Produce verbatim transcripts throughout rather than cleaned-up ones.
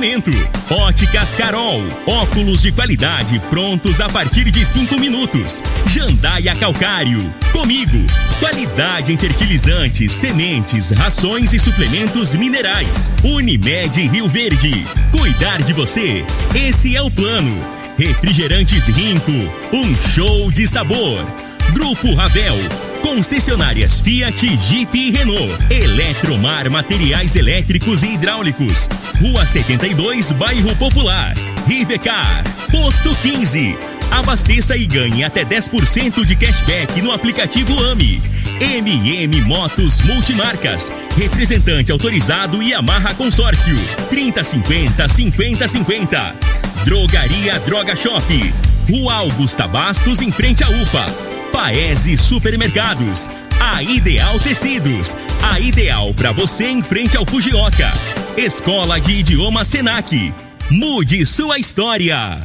oferecimento. Óticas Carol, óculos de qualidade prontos a partir de cinco minutos. Jandaia Calcário, comigo. Qualidade em fertilizantes, sementes, rações e suplementos minerais. Unimed Rio Verde, cuidar de você, esse é o plano. Refrigerantes Rinco, um show de sabor. Grupo Ravel, concessionárias Fiat, Jeep e Renault. Eletromar Materiais Elétricos e Hidráulicos. Rua setenta e dois, Bairro Popular. Rivecar, Posto quinze. Abasteça e ganhe até dez por cento de cashback no aplicativo AMI. M M Motos Multimarcas, representante autorizado Yamaha Consórcio. trinta cinquenta, cinquenta cinquenta. Drogaria Droga Shop, Rua Augusta Bastos, em frente à U P A. Paese Supermercados, a Ideal Tecidos, a ideal para você em frente ao Fujioka. Escola de Idioma Senac, mude sua história.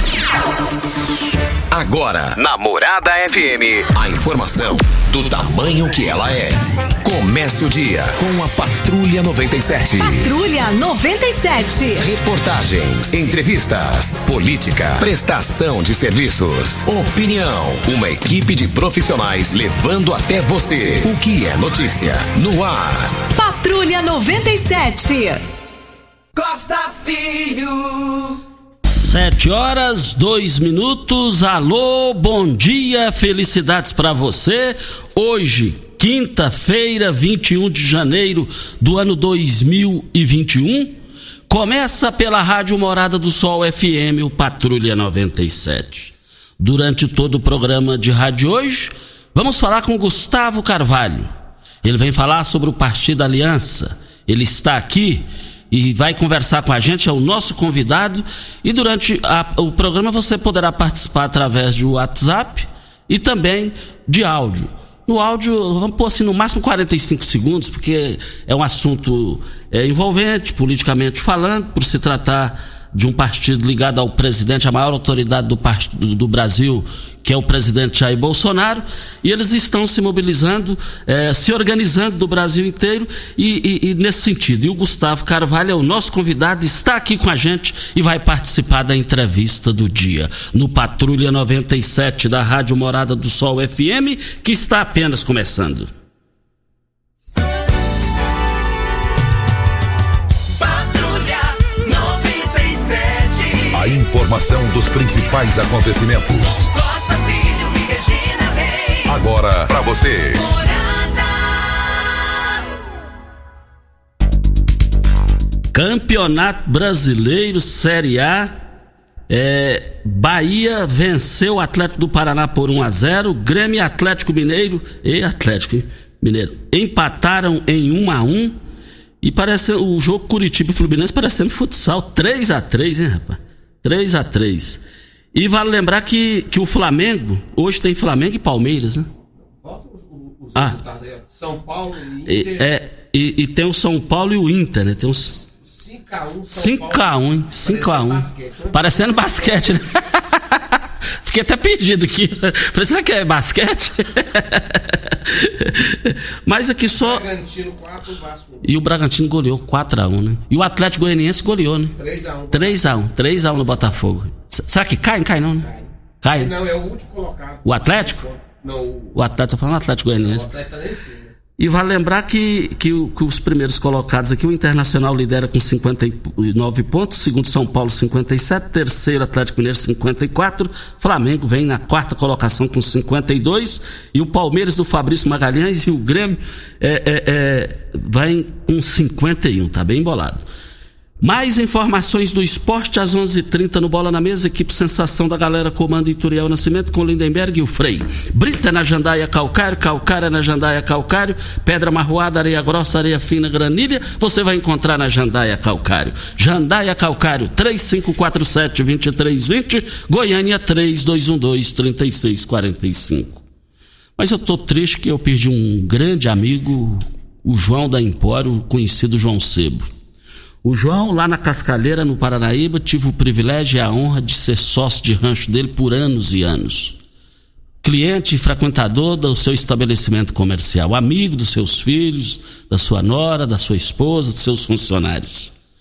Agora, na Morada F M, a informação do tamanho que ela é. Comece o dia com a Patrulha noventa e sete. Patrulha noventa e sete. Reportagens, entrevistas, política, prestação de serviços, opinião. Uma equipe de profissionais levando até você o que é notícia no ar. Patrulha noventa e sete. Costa Filho. Sete horas, dois minutos. Alô, bom dia, felicidades para você. Hoje, quinta-feira, vinte e um de janeiro do ano dois mil e vinte e um. Começa pela Rádio Morada do Sol F M, o Patrulha noventa e sete. Durante todo o programa de rádio hoje, vamos falar com Gustavo Carvalho. Ele vem falar sobre o Partido Aliança. Ele está aqui e vai conversar com a gente, é o nosso convidado, e durante a, o programa você poderá participar através de WhatsApp e também de áudio. No áudio, vamos pôr assim, no máximo quarenta e cinco segundos, porque é um assunto é, envolvente, politicamente falando, por se tratar de um partido ligado ao presidente, a maior autoridade do, do, do Brasil, que é o presidente Jair Bolsonaro, e eles estão se mobilizando, eh, se organizando do Brasil inteiro, e, e, e nesse sentido. E o Gustavo Carvalho é o nosso convidado, está aqui com a gente e vai participar da entrevista do dia, no Patrulha noventa e sete da Rádio Morada do Sol F M, que está apenas começando. A informação dos principais acontecimentos. Costa Filho e Regina Reis. Agora pra você. Campeonato Brasileiro Série A. É, Bahia venceu o Atlético do Paraná por um a zero. Grêmio e Atlético Mineiro e Atlético Mineiro empataram em um a um. E parece o jogo Curitiba e Fluminense parecendo futsal, três a três, hein, rapaz? três a três. E vale lembrar que, que o Flamengo, hoje tem Flamengo e Palmeiras, né? Falta os, os ah. resultados aí, São Paulo e Inter. E, é, e, e tem o São Paulo e o Inter, né? Tem uns cinco a um São cinco a um, hein? cinco a um. Basquete. Parecendo basquete, né? Fiquei até perdido aqui. Será que é basquete? Mas aqui só. O Bragantino quatro, o Vasco. E o Bragantino goleou quatro a um, né? E o Atlético Goianiense goleou, né? três a um. três a um. três a um no Botafogo. Será que cai? Não cai, não, né? Cai. Cai. Não, é o último colocado. O Atlético? Não, o, o Atlético, tô falando Atlético Goianiense. o Atlético tá lá em cima. E vale lembrar que, que, que os primeiros colocados aqui, o Internacional lidera com cinquenta e nove pontos, segundo São Paulo cinquenta e sete, terceiro Atlético Mineiro cinquenta e quatro, Flamengo vem na quarta colocação com cinquenta e dois, e o Palmeiras do Fabrício Magalhães e o Grêmio é, é, é, vai com cinquenta e um, tá bem embolado. Mais informações do esporte às onze e trinta no Bola na Mesa. Equipe Sensação da Galera comanda Ituriel Nascimento com Lindenberg e o Frei. Brita na Jandaia Calcário, Calcária na Jandaia Calcário, Pedra Marroada, Areia Grossa, Areia Fina, Granilha, você vai encontrar na Jandaia Calcário. Jandaia Calcário, três cinco quatro sete, dois três dois zero, Goiânia três dois um dois, três seis quatro cinco. Mas eu tô triste que eu perdi um grande amigo, o João da Empório, conhecido João Sebo. O João, lá na Cascalheira, no Paranaíba, tive o privilégio e a honra de ser sócio de rancho dele por anos e anos. Cliente e frequentador do seu estabelecimento comercial, amigo dos seus filhos, da sua nora, da sua esposa, dos seus funcionários.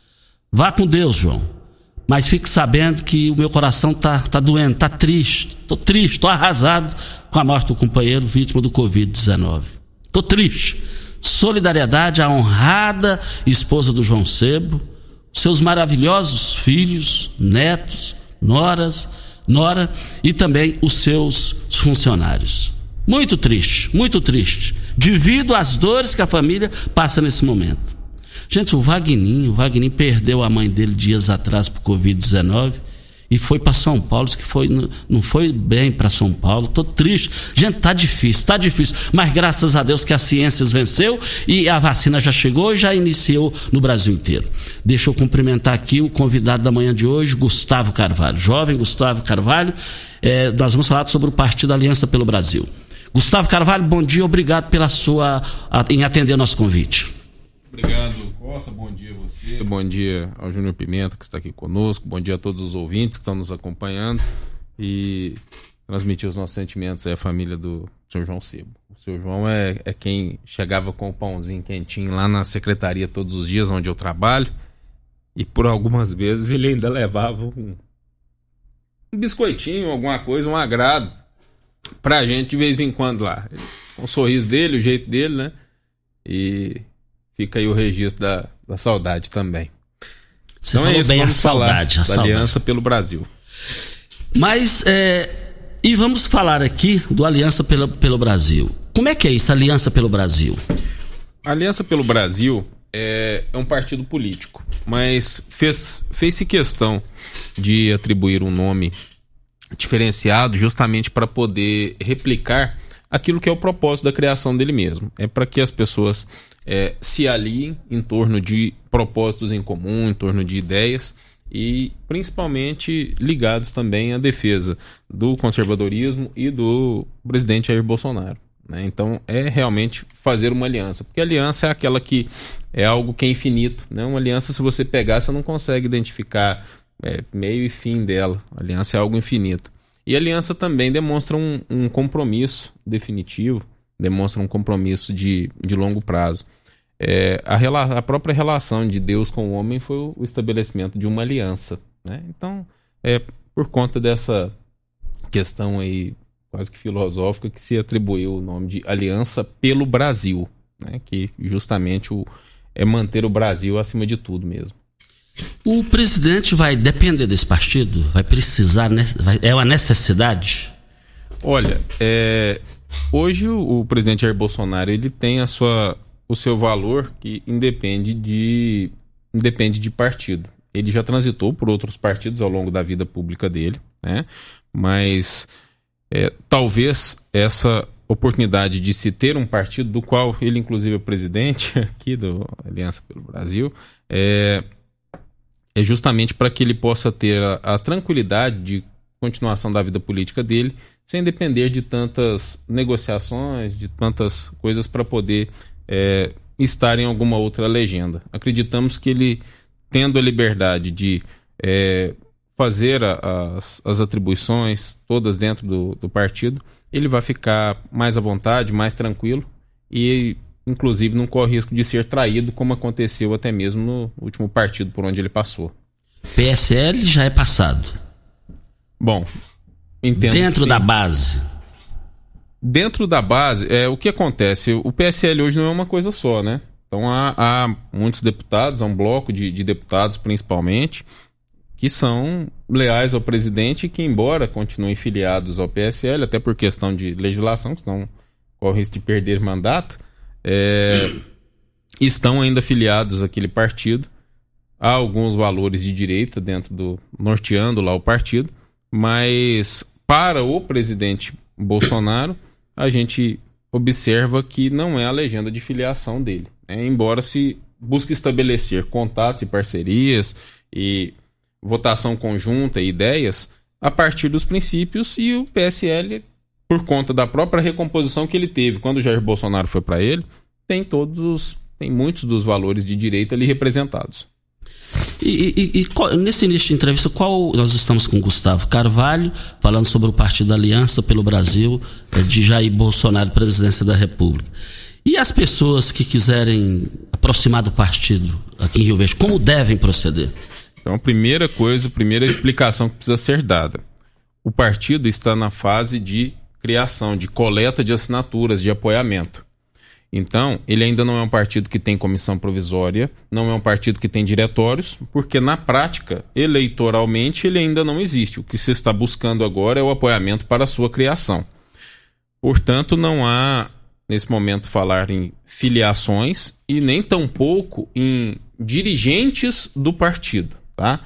Vá com Deus, João. Mas fique sabendo que o meu coração tá, tá doendo, tá triste. Tô triste, tô arrasado com a morte do companheiro vítima do covid dezenove. Tô triste. Solidariedade à honrada esposa do João Sebo, seus maravilhosos filhos, netos, noras, nora e também os seus funcionários. Muito triste, muito triste. Divido as dores que a família passa nesse momento. Gente, o Vagninho, o Vagninho perdeu a mãe dele dias atrás por covid dezenove e foi para São Paulo, disse que foi, não foi bem para São Paulo. Tô triste. Gente, tá difícil, tá difícil. Mas graças a Deus que a ciência venceu e a vacina já chegou e já iniciou no Brasil inteiro. Deixa eu cumprimentar aqui o convidado da manhã de hoje, Gustavo Carvalho. Jovem Gustavo Carvalho, é, nós vamos falar sobre o Partido Aliança pelo Brasil. Gustavo Carvalho, bom dia, obrigado pela sua, em atender o nosso convite. Obrigado, Costa, bom dia a você. Bom dia ao Júnior Pimenta, que está aqui conosco. Bom dia a todos os ouvintes que estão nos acompanhando. E transmitir os nossos sentimentos à família do senhor João Sebo. O senhor João é, é quem chegava com o pãozinho quentinho lá na secretaria todos os dias onde eu trabalho. E por algumas vezes ele ainda levava um, um biscoitinho, alguma coisa, um agrado pra gente de vez em quando lá. O sorriso dele, o jeito dele, né? E fica aí o registro da, da saudade também. Você então falou é isso, bem, vamos a saudade, falar a da saudade. Aliança pelo Brasil. Mas, é, e vamos falar aqui do Aliança pelo, pelo Brasil. Como é que é isso, Aliança pelo Brasil? A Aliança pelo Brasil é, é um partido político, mas fez, fez-se questão de atribuir um nome diferenciado justamente para poder replicar aquilo que é o propósito da criação dele mesmo. É para que as pessoas é, se aliem em torno de propósitos em comum, em torno de ideias e principalmente ligados também à defesa do conservadorismo e do presidente Jair Bolsonaro, né? Então é realmente fazer uma aliança, porque a aliança é aquela que é algo que é infinito, né? Uma aliança, se você pegar, você não consegue identificar é, meio e fim dela. A aliança é algo infinito. E a aliança também demonstra um, um compromisso definitivo, demonstra um compromisso de, de longo prazo. É, a, rela, a própria relação de Deus com o homem foi o, o estabelecimento de uma aliança, né? Então, é por conta dessa questão aí quase que filosófica que se atribuiu o nome de Aliança pelo Brasil, né? Que justamente o, é manter o Brasil acima de tudo mesmo. O presidente vai depender desse partido? Vai precisar, né? Vai, é uma necessidade? Olha, é, hoje o, o presidente Jair Bolsonaro ele tem a sua, o seu valor que independe de, independe de partido. Ele já transitou por outros partidos ao longo da vida pública dele, né? Mas é, talvez essa oportunidade de se ter um partido do qual ele inclusive é presidente aqui do Aliança pelo Brasil, é... é justamente para que ele possa ter a, a tranquilidade de continuação da vida política dele, sem depender de tantas negociações, de tantas coisas para poder é, estar em alguma outra legenda. Acreditamos que ele, tendo a liberdade de é, fazer a, as, as atribuições todas dentro do, do partido, ele vai ficar mais à vontade, mais tranquilo e inclusive não corre risco de ser traído, como aconteceu até mesmo no último partido por onde ele passou. P S L já é passado. Bom, entendo. Dentro da base. Dentro da base, é, o que acontece? O P S L hoje não é uma coisa só, né? Então há, há muitos deputados, há um bloco de, de deputados principalmente, que são leais ao presidente, que embora continuem filiados ao P S L, até por questão de legislação, senão corre risco de perder mandato, É, estão ainda filiados àquele partido. Há alguns valores de direita dentro do... norteando lá o partido, mas para o presidente Bolsonaro a gente observa que não é a legenda de filiação dele, né? Embora se busque estabelecer contatos e parcerias e votação conjunta e ideias a partir dos princípios, e o P S L, por conta da própria recomposição que ele teve quando o Jair Bolsonaro foi para ele, tem todos os, tem muitos dos valores de direita ali representados. E, e, e qual, nesse início de entrevista, qual, nós estamos com Gustavo Carvalho, falando sobre o Partido Aliança pelo Brasil, de Jair Bolsonaro, presidência da República. E as pessoas que quiserem aproximar do partido aqui em Rio Verde, como devem proceder? Então, a primeira coisa, a primeira explicação que precisa ser dada. O partido está na fase de criação, de coleta de assinaturas, de apoiamento. Então, ele ainda não é um partido que tem comissão provisória, não é um partido que tem diretórios, porque na prática, eleitoralmente, ele ainda não existe. O que se está buscando agora é o apoiamento para a sua criação. Portanto, não há, nesse momento, falar em filiações e nem tampouco em dirigentes do partido, tá?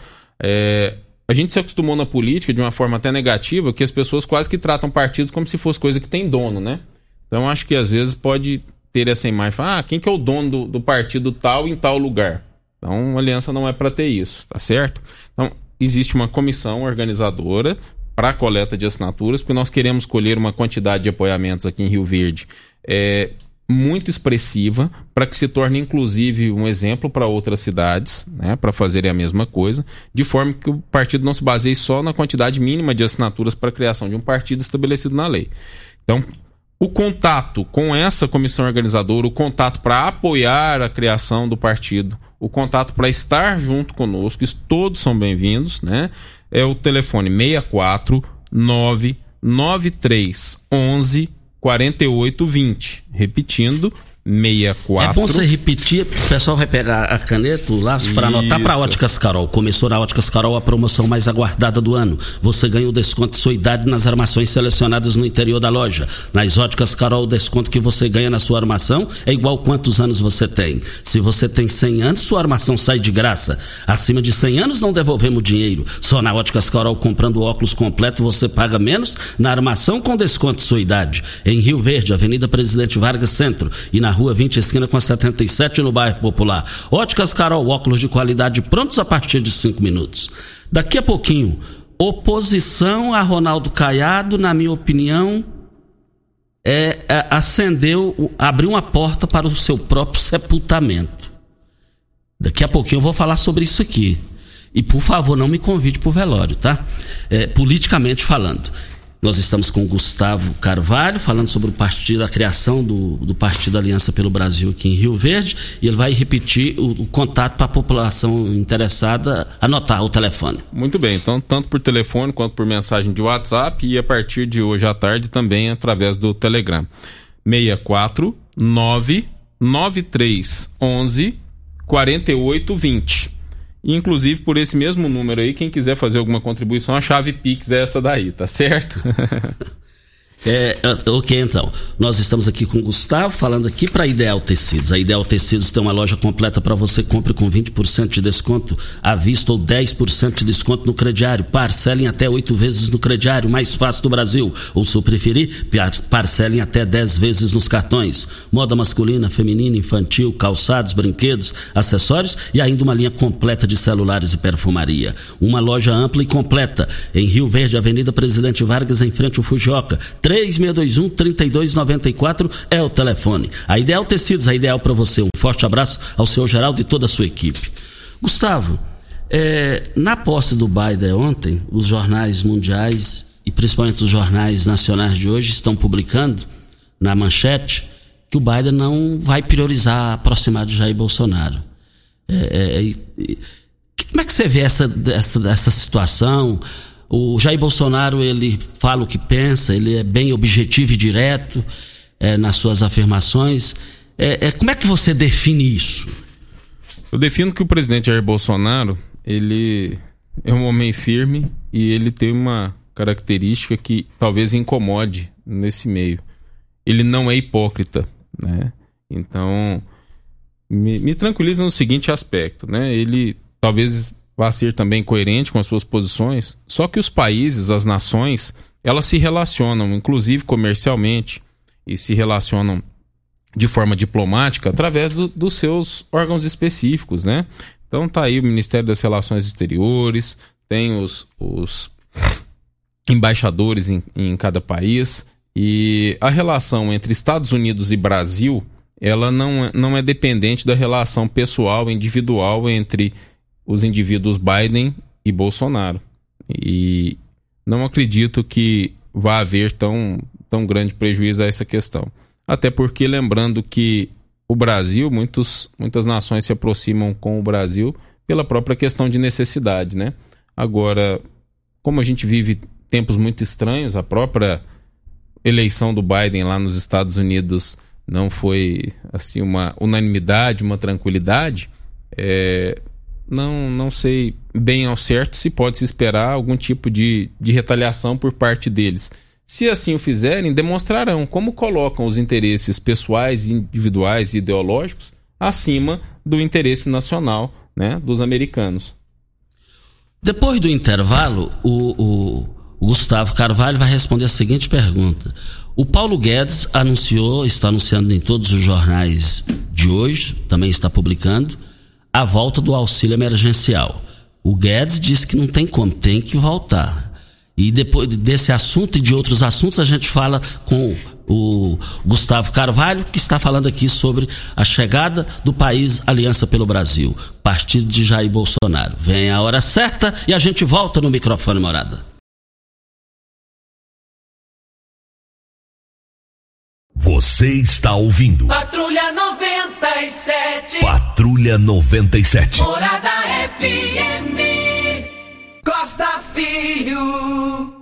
É, a gente se acostumou na política de uma forma até negativa, que as pessoas quase que tratam partidos como se fosse coisa que tem dono, né? Então, acho que às vezes pode ter essa imagem, falar, ah, quem que é o dono do, do partido tal em tal lugar? Então, a aliança não é para ter isso, tá certo? Então, existe uma comissão organizadora para a coleta de assinaturas, porque nós queremos colher uma quantidade de apoiamentos aqui em Rio Verde é, muito expressiva, para que se torne inclusive um exemplo para outras cidades, né, para fazerem a mesma coisa, de forma que o partido não se baseie só na quantidade mínima de assinaturas para a criação de um partido estabelecido na lei. Então, o contato com essa comissão organizadora, o contato para apoiar a criação do partido, o contato para estar junto conosco, isso todos são bem-vindos, né? É o telefone seis quatro nove nove três um um quatro oito dois zero. Repetindo, seis quatro. É bom você repetir, o pessoal vai pegar a caneta, o lápis para anotar. Para a Óticas Carol. Começou na Óticas Carol a promoção mais aguardada do ano. Você ganha o desconto de sua idade nas armações selecionadas no interior da loja. Nas Óticas Carol, o desconto que você ganha na sua armação é igual quantos anos você tem. Se você tem cem anos, sua armação sai de graça. Acima de cem anos, não devolvemos dinheiro. Só na Óticas Carol, comprando óculos completo, você paga menos na armação com desconto de sua idade. Em Rio Verde, Avenida Presidente Vargas Centro, e na Rua vinte, esquina com a setenta e sete, no bairro Popular. Óticas Carol, óculos de qualidade prontos a partir de cinco minutos. Daqui a pouquinho, oposição a Ronaldo Caiado, na minha opinião, é, é, acendeu, abriu uma porta para o seu próprio sepultamento. Daqui a pouquinho eu vou falar sobre isso aqui. E, por favor, não me convide para o velório, tá? É, politicamente falando. Nós estamos com o Gustavo Carvalho, falando sobre o partido, a criação do, do Partido Aliança pelo Brasil aqui em Rio Verde, e ele vai repetir o, o contato para a população interessada anotar o telefone. Muito bem, então tanto por telefone quanto por mensagem de WhatsApp, e a partir de hoje à tarde também através do Telegram. seis quatro nove nove três um um quatro oito dois zero. E, inclusive, por esse mesmo número aí, quem quiser fazer alguma contribuição, a chave Pix é essa daí, tá certo? É, ok, então. Nós estamos aqui com o Gustavo, falando aqui para Ideal Tecidos. A Ideal Tecidos tem uma loja completa para você. Compre com vinte por cento de desconto à vista ou dez por cento de desconto no crediário. Parcelem até oito vezes no crediário, mais fácil do Brasil. Ou, se preferir, parcelem até dez vezes nos cartões. Moda masculina, feminina, infantil, calçados, brinquedos, acessórios e ainda uma linha completa de celulares e perfumaria. Uma loja ampla e completa em Rio Verde, Avenida Presidente Vargas, em frente ao Fujioka. três seis dois um, três dois nove quatro é o telefone. A Ideal Tecidos, a ideal para você. Um forte abraço ao senhor Geraldo e toda a sua equipe. Gustavo, é, na posse do Biden ontem, os jornais mundiais e principalmente os jornais nacionais de hoje estão publicando na manchete que o Biden não vai priorizar aproximar de Jair Bolsonaro. É, é, é, como é que você vê essa, essa, essa situação? O Jair Bolsonaro, ele fala o que pensa, ele é bem objetivo e direto é, nas suas afirmações. É, é, como é que você define isso? Eu defino que o presidente Jair Bolsonaro, ele é um homem firme e ele tem uma característica que talvez incomode nesse meio. Ele não é hipócrita, né? Então, me, me tranquiliza no seguinte aspecto, né? Ele talvez vai ser também coerente com as suas posições, só que os países, as nações, elas se relacionam, inclusive comercialmente, e se relacionam de forma diplomática através do, dos seus órgãos específicos, né? Então tá aí o Ministério das Relações Exteriores, tem os, os embaixadores em, em cada país, e a relação entre Estados Unidos e Brasil, ela não, não é dependente da relação pessoal, individual entre os indivíduos Biden e Bolsonaro. E não acredito que vá haver tão, tão grande prejuízo a essa questão. Até porque, lembrando que o Brasil, muitos, muitas nações se aproximam com o Brasil pela própria questão de necessidade, né? Agora, como a gente vive tempos muito estranhos, a própria eleição do Biden lá nos Estados Unidos não foi assim uma unanimidade, uma tranquilidade, é, não, não sei bem ao certo se pode se esperar algum tipo de, de retaliação por parte deles. Se assim o fizerem, demonstrarão como colocam os interesses pessoais, individuais e ideológicos acima do interesse nacional, né, dos americanos. Depois do intervalo, o, o, o Gustavo Carvalho vai responder a seguinte pergunta. O Paulo Guedes anunciou, está anunciando em todos os jornais de hoje, também está publicando, a volta do auxílio emergencial. O Guedes disse que não tem como, tem que voltar. E depois desse assunto e de outros assuntos a gente fala com o Gustavo Carvalho, que está falando aqui sobre a chegada do país Aliança pelo Brasil, partido de Jair Bolsonaro. Vem a hora certa e a gente volta no microfone Morada. Você está ouvindo Patrulha noventa e sete. Patrulha noventa e sete. Morada F M. Costa Filho.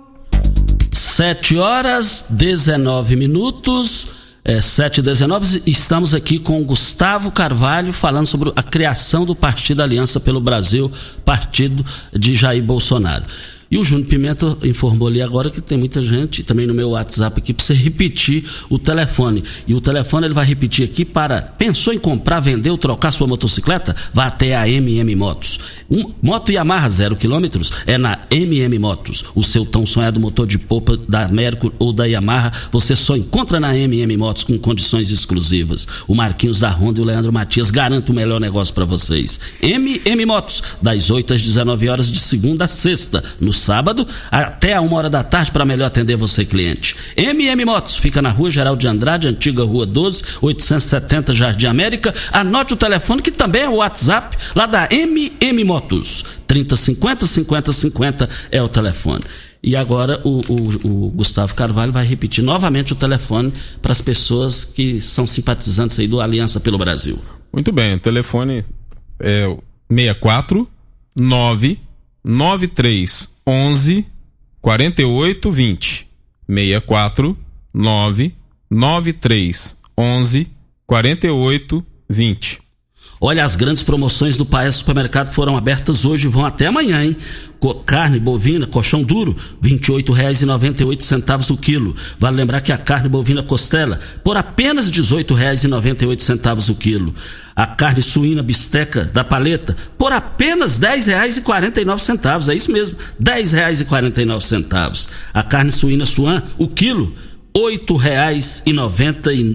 Sete horas, dezenove minutos, é, sete e dezenove, estamos aqui com o Gustavo Carvalho falando sobre a criação do Partido Aliança pelo Brasil, partido de Jair Bolsonaro. E o Júnior Pimenta informou ali agora que tem muita gente, também no meu WhatsApp aqui, para você repetir o telefone. E o telefone ele vai repetir aqui para, pensou em comprar, vender ou trocar sua motocicleta? Vá até a M M Motos. Um, moto Yamaha zero quilômetros é na M M Motos. O seu tão sonhado motor de polpa da Mercury ou da Yamaha, você só encontra na M M Motos com condições exclusivas. O Marquinhos da Honda e o Leandro Matias garantem o melhor negócio para vocês. M M Motos, das oito às dezenove horas de segunda a sexta, no sábado, até a uma hora da tarde para melhor atender você, cliente. M M Motos, fica na Rua Geraldo de Andrade, antiga Rua doze, oitocentos e setenta, Jardim América. Anote o telefone, que também é o WhatsApp, lá da M M Motos. trinta cinquenta, cinquenta cinquenta é o telefone. E agora o, o, o Gustavo Carvalho vai repetir novamente o telefone para as pessoas que são simpatizantes aí do Aliança pelo Brasil. Muito bem, o telefone é seis quatro nove nove três onze quarenta e oito vinte. seis quatro nove nove três onze quarenta e oito vinte. Olha, as grandes promoções do Paes Supermercado foram abertas hoje e vão até amanhã, hein? Carne bovina, colchão duro, vinte e oito reais e noventa e oito centavos o quilo. Vale lembrar que a carne bovina costela, por apenas dezoito reais e noventa e oito centavos o quilo. A carne suína bisteca da paleta, por apenas dez reais e quarenta e nove centavos. É isso mesmo, dez reais e quarenta e nove centavos. A carne suína suan, o quilo, oito reais e noventa e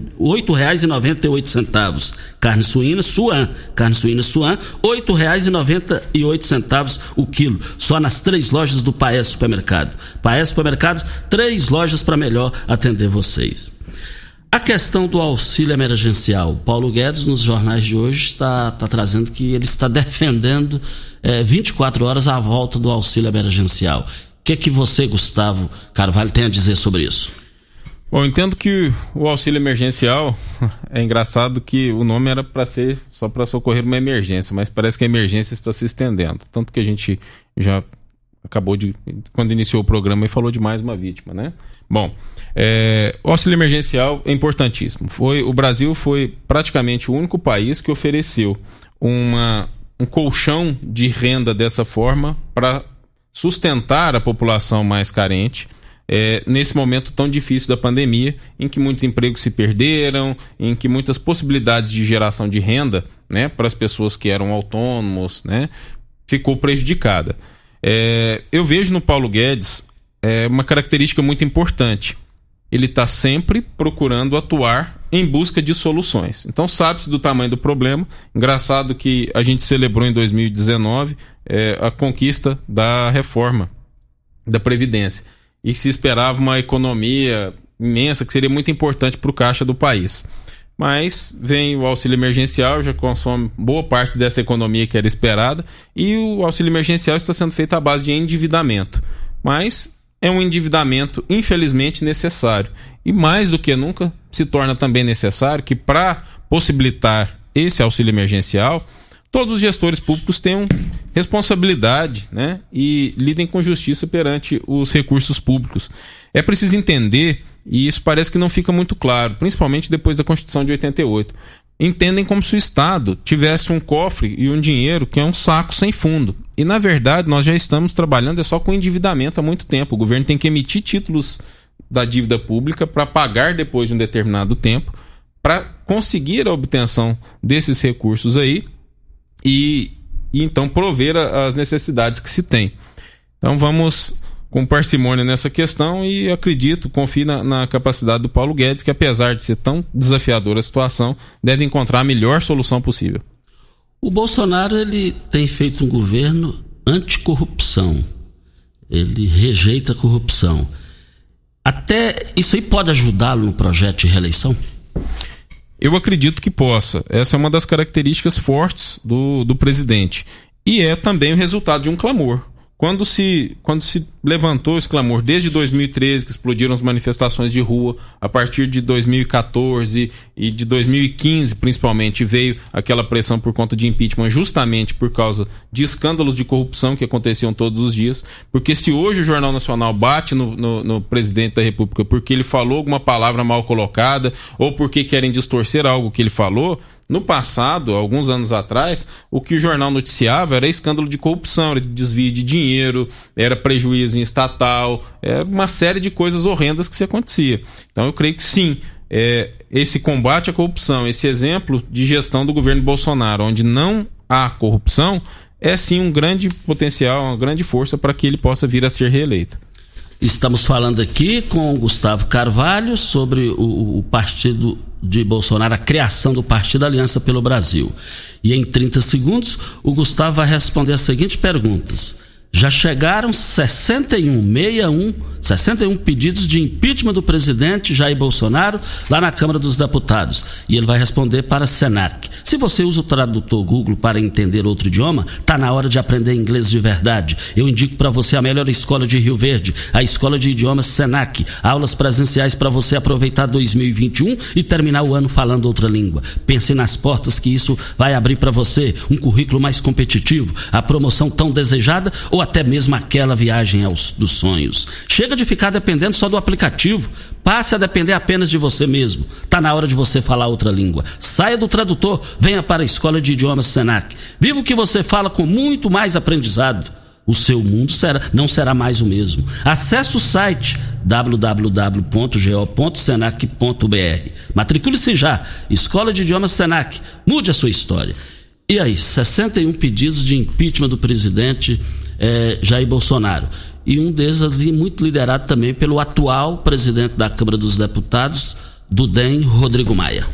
oito centavos. Carne suína suan, carne suína suan, oito reais e noventa e oito centavos o quilo. Só nas três lojas do Paes Supermercado. Paes Supermercado, três lojas para melhor atender vocês. A questão do auxílio emergencial. Paulo Guedes, nos jornais de hoje, está, está trazendo que ele está defendendo é, vinte e quatro horas a volta do auxílio emergencial. O que é que você, Gustavo Carvalho, tem a dizer sobre isso? Bom, eu entendo que o auxílio emergencial, é engraçado que o nome era para ser só para socorrer uma emergência, mas parece que a emergência está se estendendo. Tanto que a gente já acabou de, quando iniciou o programa, e falou de mais uma vítima, né? Bom, é, o auxílio emergencial é importantíssimo. Foi, o Brasil foi praticamente o único país que ofereceu uma, um colchão de renda dessa forma para sustentar a população mais carente. É, nesse momento tão difícil da pandemia, em que muitos empregos se perderam, em que muitas possibilidades de geração de renda, né, para as pessoas que eram autônomos, né, ficou prejudicada. É, eu vejo no Paulo Guedes é, uma característica muito importante. Ele está sempre procurando atuar em busca de soluções. Então sabe-se do tamanho do problema. Engraçado que a gente celebrou em dois mil e dezenove é, a conquista da reforma da Previdência. E se esperava uma economia imensa que seria muito importante para o caixa do país. Mas vem o auxílio emergencial, já consome boa parte dessa economia que era esperada, e o auxílio emergencial está sendo feito à base de endividamento. Mas é um endividamento, infelizmente, necessário. E mais do que nunca se torna também necessário que, para possibilitar esse auxílio emergencial, todos os gestores públicos tenham responsabilidade, né, e lidem com justiça perante os recursos públicos. É preciso entender, e isso parece que não fica muito claro, principalmente depois da Constituição de oitenta e oito, entendem como se o Estado tivesse um cofre e um dinheiro que é um saco sem fundo. E, na verdade, nós já estamos trabalhando é só com endividamento há muito tempo. O governo tem que emitir títulos da dívida pública para pagar depois de um determinado tempo, para conseguir a obtenção desses recursos aí e, e então prover a, as necessidades que se tem. Então vamos com parcimônia nessa questão e acredito, confio na, na capacidade do Paulo Guedes, que apesar de ser tão desafiadora a situação, deve encontrar a melhor solução possível. O Bolsonaro, ele tem feito um governo anticorrupção. Ele rejeita a corrupção. Até isso aí pode ajudá-lo no projeto de reeleição? Eu acredito que possa. Essa é uma das características fortes do, do presidente. E é também o resultado de um clamor. Quando se, quando se levantou esse clamor desde dois mil e treze, que explodiram as manifestações de rua, a partir de dois mil e quatorze e de dois mil e quinze principalmente, veio aquela pressão por conta de impeachment justamente por causa de escândalos de corrupção que aconteciam todos os dias. Porque se hoje o Jornal Nacional bate no, no, no presidente da República porque ele falou alguma palavra mal colocada ou porque querem distorcer algo que ele falou, no passado, alguns anos atrás, o que o jornal noticiava era escândalo de corrupção, era desvio de dinheiro, era prejuízo em estatal, era uma série de coisas horrendas que se acontecia. Então eu creio que sim, é, esse combate à corrupção, esse exemplo de gestão do governo Bolsonaro, onde não há corrupção, é sim um grande potencial, uma grande força para que ele possa vir a ser reeleito. Estamos falando aqui com o Gustavo Carvalho sobre o, o partido de Bolsonaro, a criação do Partido Aliança pelo Brasil. E em trinta segundos, o Gustavo vai responder as seguintes perguntas. Já chegaram sessenta e um, sessenta e um, sessenta e um pedidos de impeachment do presidente Jair Bolsonaro lá na Câmara dos Deputados. E ele vai responder para a Senac. Se você usa o tradutor Google para entender outro idioma, está na hora de aprender inglês de verdade. Eu indico para você a melhor escola de Rio Verde, a Escola de Idiomas Senac. Aulas presenciais para você aproveitar dois mil e vinte e um e terminar o ano falando outra língua. Pense nas portas que isso vai abrir para você. Um currículo mais competitivo, a promoção tão desejada ou até mesmo aquela viagem aos, dos sonhos. Chega de ficar dependendo só do aplicativo. Passe a depender apenas de você mesmo. Está na hora de você falar outra língua. Saia do tradutor, venha para a Escola de Idiomas Senac. Viva o que você fala com muito mais aprendizado. O seu mundo será, não será mais o mesmo. Acesse o site w w w ponto g o ponto senac ponto b r. Matricule-se já. Escola de Idiomas Senac. Mude a sua história. E aí, sessenta e um pedidos de impeachment do presidente É, Jair Bolsonaro, e um deles ali muito liderado também pelo atual presidente da Câmara dos Deputados do D E M, Rodrigo Maia.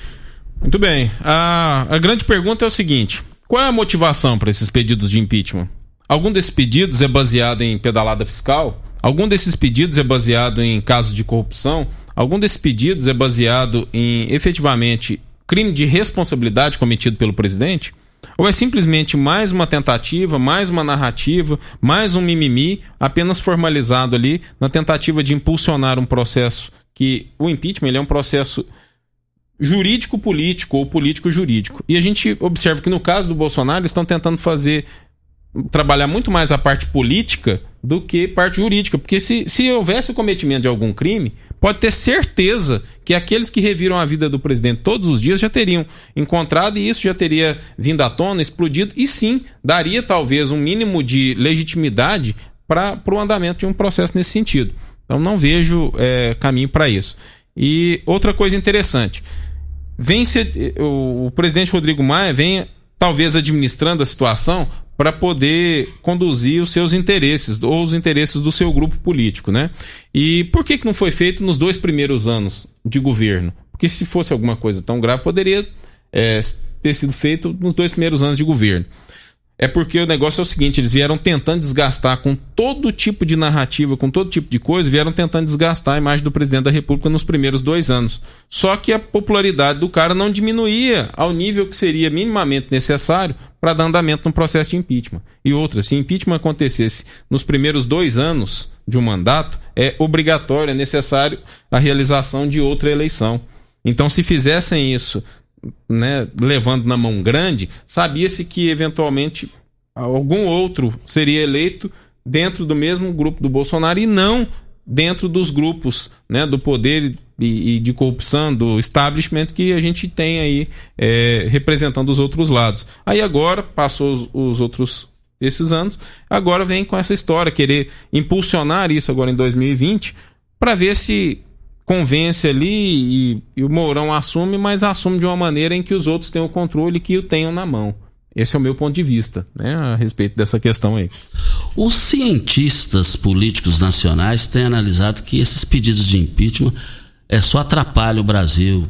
Muito bem, a, a grande pergunta é o seguinte: qual é a motivação para esses pedidos de impeachment? Algum desses pedidos é baseado em pedalada fiscal? Algum desses pedidos é baseado em casos de corrupção? Algum desses pedidos é baseado em efetivamente crime de responsabilidade cometido pelo presidente? Ou é simplesmente mais uma tentativa, mais uma narrativa, mais um mimimi, apenas formalizado ali na tentativa de impulsionar um processo que o impeachment ele é um processo jurídico-político ou político-jurídico. E a gente observa que no caso do Bolsonaro eles estão tentando fazer, trabalhar muito mais a parte política do que parte jurídica, porque se, se houvesse o cometimento de algum crime, pode ter certeza que aqueles que reviram a vida do presidente todos os dias já teriam encontrado e isso já teria vindo à tona, explodido, e sim, daria talvez um mínimo de legitimidade para o andamento de um processo nesse sentido. Então não vejo é, caminho para isso. E outra coisa interessante, vem ser, o, o presidente Rodrigo Maia vem talvez administrando a situação para poder conduzir os seus interesses ou os interesses do seu grupo político, né? E por que que não foi feito nos dois primeiros anos de governo? Porque se fosse alguma coisa tão grave, poderia é, ter sido feito nos dois primeiros anos de governo. É porque o negócio é o seguinte, eles vieram tentando desgastar com todo tipo de narrativa, com todo tipo de coisa, vieram tentando desgastar a imagem do presidente da República nos primeiros dois anos. Só que a popularidade do cara não diminuía ao nível que seria minimamente necessário para dar andamento no processo de impeachment. E outra, se impeachment acontecesse nos primeiros dois anos de um mandato, é obrigatório, é necessário a realização de outra eleição. Então, se fizessem isso, né, levando na mão grande, sabia-se que eventualmente algum outro seria eleito dentro do mesmo grupo do Bolsonaro e não dentro dos grupos, né, do poder e, e de corrupção, do establishment que a gente tem aí é, representando os outros lados. Aí agora, passou os, os outros, esses anos, agora vem com essa história, querer impulsionar isso agora em dois mil e vinte, para ver se convence ali e, e o Mourão assume, mas assume de uma maneira em que os outros tenham o controle e que o tenham na mão. Esse é o meu ponto de vista, né, a respeito dessa questão aí. Os cientistas políticos nacionais têm analisado que esses pedidos de impeachment é, só atrapalham o Brasil.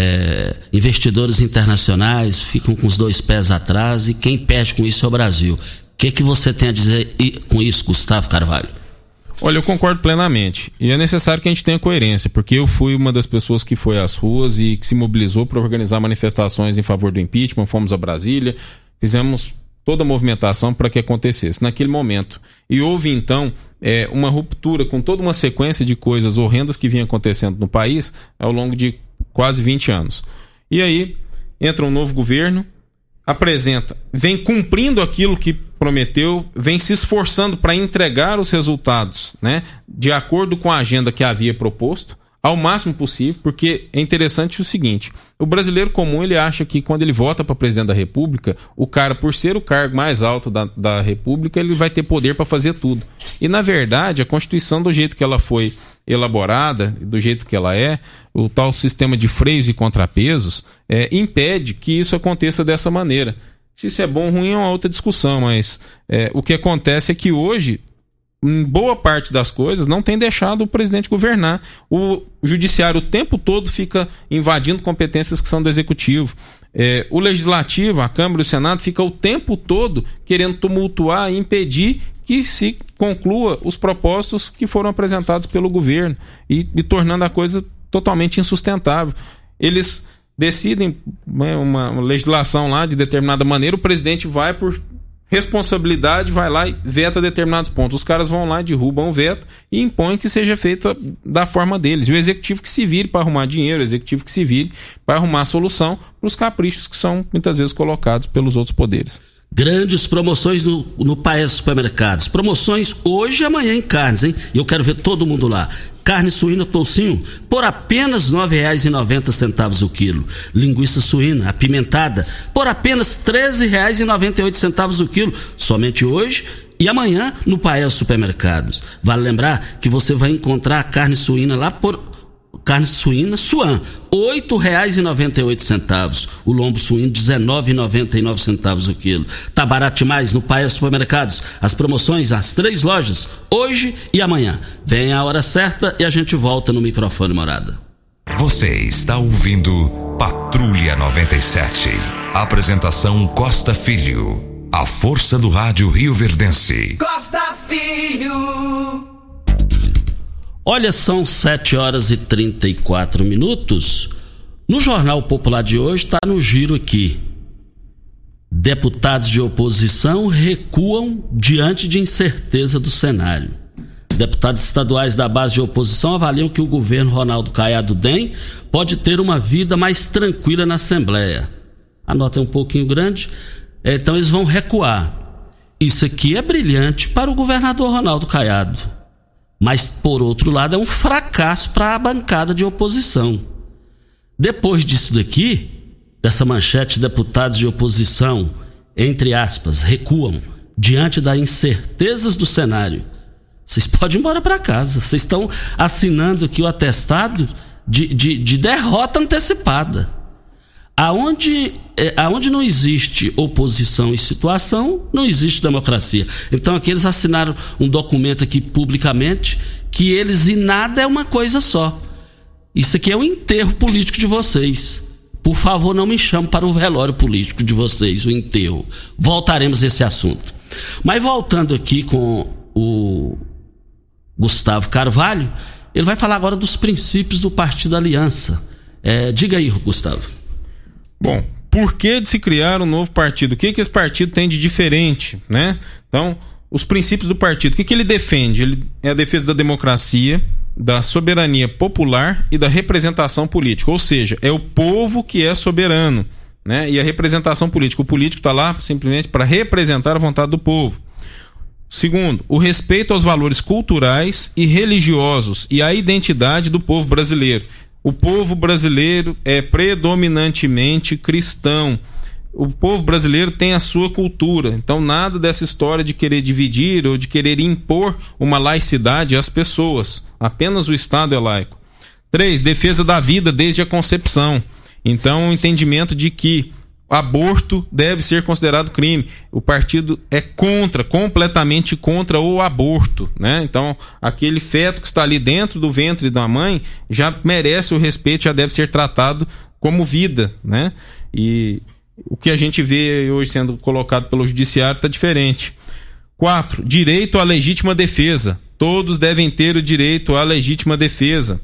É, investidores internacionais ficam com os dois pés atrás e quem perde com isso é o Brasil. O que, que você tem a dizer com isso, Gustavo Carvalho? Olha, eu concordo plenamente. E é necessário que a gente tenha coerência, porque eu fui uma das pessoas que foi às ruas e que se mobilizou para organizar manifestações em favor do impeachment. Fomos a Brasília, fizemos toda a movimentação para que acontecesse naquele momento. E houve, então, é, uma ruptura com toda uma sequência de coisas horrendas que vinha acontecendo no país ao longo de quase vinte anos. E aí, entra um novo governo, apresenta, vem cumprindo aquilo que prometeu, vem se esforçando para entregar os resultados, né, de acordo com a agenda que havia proposto, ao máximo possível, porque é interessante o seguinte: o brasileiro comum, ele acha que quando ele vota para presidente da República, o cara, por ser o cargo mais alto da, da República, ele vai ter poder para fazer tudo. E na verdade, a Constituição, do jeito que ela foi elaborada, do jeito que ela é, o tal sistema de freios e contrapesos, é, impede que isso aconteça dessa maneira. Se isso é bom ou ruim é uma outra discussão, mas é, o que acontece é que hoje, em boa parte das coisas, não tem deixado o presidente governar. O judiciário o tempo todo fica invadindo competências que são do executivo. É, o legislativo, a Câmara e o Senado, fica o tempo todo querendo tumultuar e impedir que se conclua os propósitos que foram apresentados pelo governo e, e tornando a coisa totalmente insustentável. Eles decidem, né, uma legislação lá de determinada maneira, o presidente vai por responsabilidade, vai lá e veta determinados pontos. Os caras vão lá, derrubam o veto e impõem que seja feito da forma deles. E o executivo que se vire para arrumar dinheiro, o executivo que se vire para arrumar solução para os caprichos que são muitas vezes colocados pelos outros poderes. Grandes promoções no, no Paes Supermercados. Promoções hoje e amanhã em carnes, hein? E eu quero ver todo mundo lá. Carne suína toucinho por apenas nove reais e noventa centavos o quilo. Linguiça suína apimentada por apenas treze reais e noventa e oito centavos o quilo. Somente hoje e amanhã no Paes Supermercados. Vale lembrar que você vai encontrar a carne suína lá por... Carne suína Suan, oito reais e noventa e oito centavos. O lombo suíno, dezenove reais e noventa e nove centavos o quilo. Tá barato demais no Paes Supermercados. As promoções, as três lojas, hoje e amanhã. Vem a hora certa e a gente volta no microfone Morada. Você está ouvindo Patrulha noventa e sete. Apresentação Costa Filho. A força do rádio Rioverdense. Costa Filho. Olha, são sete horas e trinta e quatro minutos. No Jornal Popular de hoje está no giro aqui. Deputados de oposição recuam diante de incerteza do cenário. Deputados estaduais da base de oposição avaliam que o governo Ronaldo Caiado D E M pode ter uma vida mais tranquila na Assembleia. A nota é um pouquinho grande, então eles vão recuar. Isso aqui é brilhante para o governador Ronaldo Caiado. Mas, por outro lado, é um fracasso para a bancada de oposição. Depois disso daqui, dessa manchete, deputados de oposição, entre aspas, recuam diante das incertezas do cenário. Vocês podem ir embora para casa. Vocês estão assinando aqui o atestado de, de, de derrota antecipada. Aonde, é, aonde não existe oposição e situação, não existe democracia. Então aqui eles assinaram um documento aqui publicamente que eles e nada é uma coisa só. Isso aqui é um enterro político de vocês. Por favor, não me chame para o velório político de vocês, o enterro. Voltaremos a esse assunto. Mas voltando aqui com o Gustavo Carvalho, ele vai falar agora dos princípios do Partido Aliança. É, diga aí, Gustavo. Bom, por que de se criar um novo partido? O que que esse partido tem de diferente, né? Então, os princípios do partido, o que que ele defende? Ele é a defesa da democracia, da soberania popular e da representação política, ou seja, é o povo que é soberano, né? E a representação política, o político está lá simplesmente para representar a vontade do povo. Segundo, o respeito aos valores culturais e religiosos e à identidade do povo brasileiro. O povo brasileiro é predominantemente cristão. O povo brasileiro tem a sua cultura, então nada dessa história de querer dividir ou de querer impor uma laicidade às pessoas. Apenas o Estado é laico. Três, defesa da vida desde a concepção. Então o entendimento de que aborto deve ser considerado crime. O partido é contra, completamente contra o aborto, né? Então, aquele feto que está ali dentro do ventre da mãe já merece o respeito, já deve ser tratado como vida, né? E o que a gente vê hoje sendo colocado pelo judiciário está diferente. Quatro, direito à legítima defesa. Todos devem ter o direito à legítima defesa.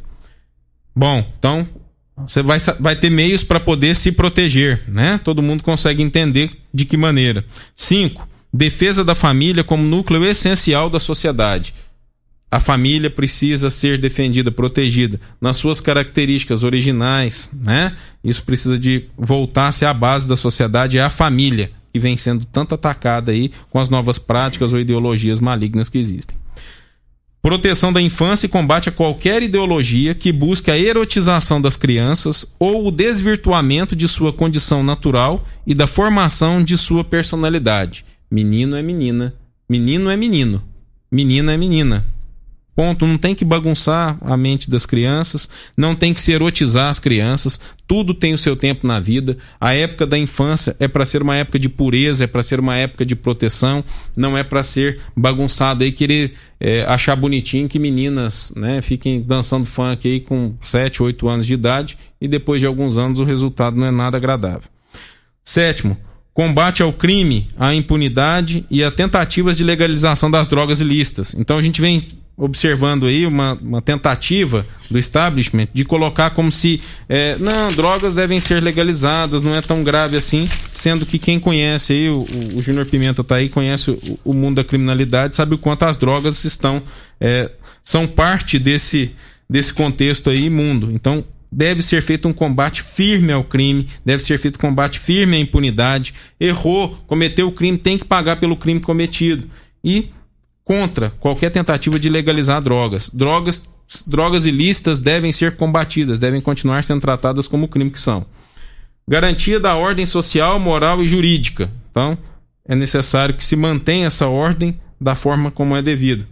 Bom, então você vai, vai ter meios para poder se proteger, né? Todo mundo consegue entender de que maneira. Cinco, defesa da família como núcleo essencial da sociedade. A família precisa ser defendida, protegida nas suas características originais, né? Isso precisa de voltar a ser a base da sociedade, é a família, que vem sendo tanto atacada aí com as novas práticas ou ideologias malignas que existem. Proteção da infância e combate a qualquer ideologia que busque a erotização das crianças ou o desvirtuamento de sua condição natural e da formação de sua personalidade. Menino é menina, menino é menino, menina é menina. Ponto. Não tem que bagunçar a mente das crianças, não tem que se erotizar as crianças, tudo tem o seu tempo na vida. A época da infância é para ser uma época de pureza, é para ser uma época de proteção, não é para ser bagunçado aí, querer é, achar bonitinho que meninas, né, fiquem dançando funk aí com sete, oito anos de idade e depois de alguns anos o resultado não é nada agradável. Sétimo, combate ao crime, à impunidade e a tentativas de legalização das drogas ilícitas. Então a gente vem observando aí uma, uma tentativa do establishment de colocar como se é, não, drogas devem ser legalizadas, não é tão grave assim, sendo que quem conhece aí, o, o Júnior Pimenta tá aí, conhece o, o mundo da criminalidade, sabe o quanto as drogas estão é, são parte desse, desse contexto aí imundo. Então deve ser feito um combate firme ao crime, deve ser feito um combate firme à impunidade. Errou, cometeu o crime, tem que pagar pelo crime cometido. E contra qualquer tentativa de legalizar drogas. Drogas, drogas ilícitas devem ser combatidas, devem continuar sendo tratadas como crime que são. Garantia da ordem social, moral e jurídica. Então, é necessário que se mantenha essa ordem da forma como é devido.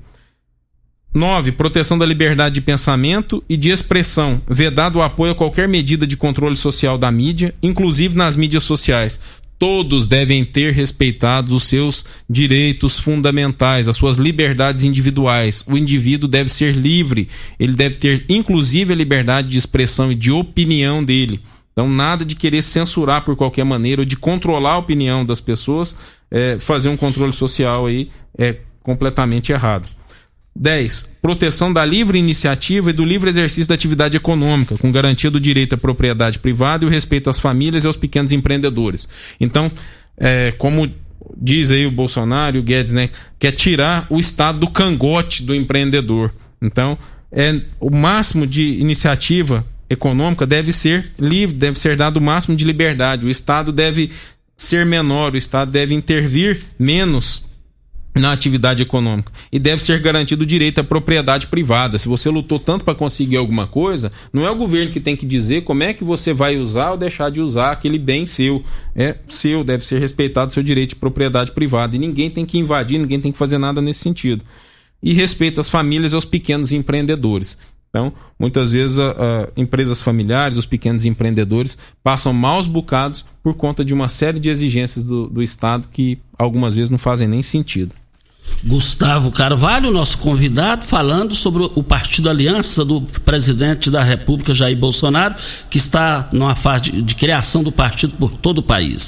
Nove, proteção da liberdade de pensamento e de expressão, vedado o apoio a qualquer medida de controle social da mídia, inclusive nas mídias sociais. Todos devem ter respeitados os seus direitos fundamentais, as suas liberdades individuais. O indivíduo deve ser livre, ele deve ter inclusive a liberdade de expressão e de opinião dele. Então nada de querer censurar por qualquer maneira ou de controlar a opinião das pessoas, é, fazer um controle social aí é completamente errado. dez. Proteção da livre iniciativa e do livre exercício da atividade econômica, com garantia do direito à propriedade privada e o respeito às famílias e aos pequenos empreendedores. Então, é, como diz aí o Bolsonaro e o Guedes, né, quer tirar o Estado do cangote do empreendedor. Então, é, o máximo de iniciativa econômica deve ser livre, deve ser dado o máximo de liberdade. O Estado deve ser menor, o Estado deve intervir menos na atividade econômica e deve ser garantido o direito à propriedade privada. Se você lutou tanto para conseguir alguma coisa, não é o governo que tem que dizer como é que você vai usar ou deixar de usar aquele bem seu. É seu, deve ser respeitado o seu direito de propriedade privada e ninguém tem que invadir, ninguém tem que fazer nada nesse sentido. E respeito às famílias e aos pequenos empreendedores. Então, muitas vezes, a, a, empresas familiares, os pequenos empreendedores, passam maus bocados por conta de uma série de exigências do, do Estado que algumas vezes não fazem nem sentido. Gustavo Carvalho, nosso convidado, falando sobre o Partido Aliança do presidente da República, Jair Bolsonaro, que está numa fase de, de criação do partido por todo o país.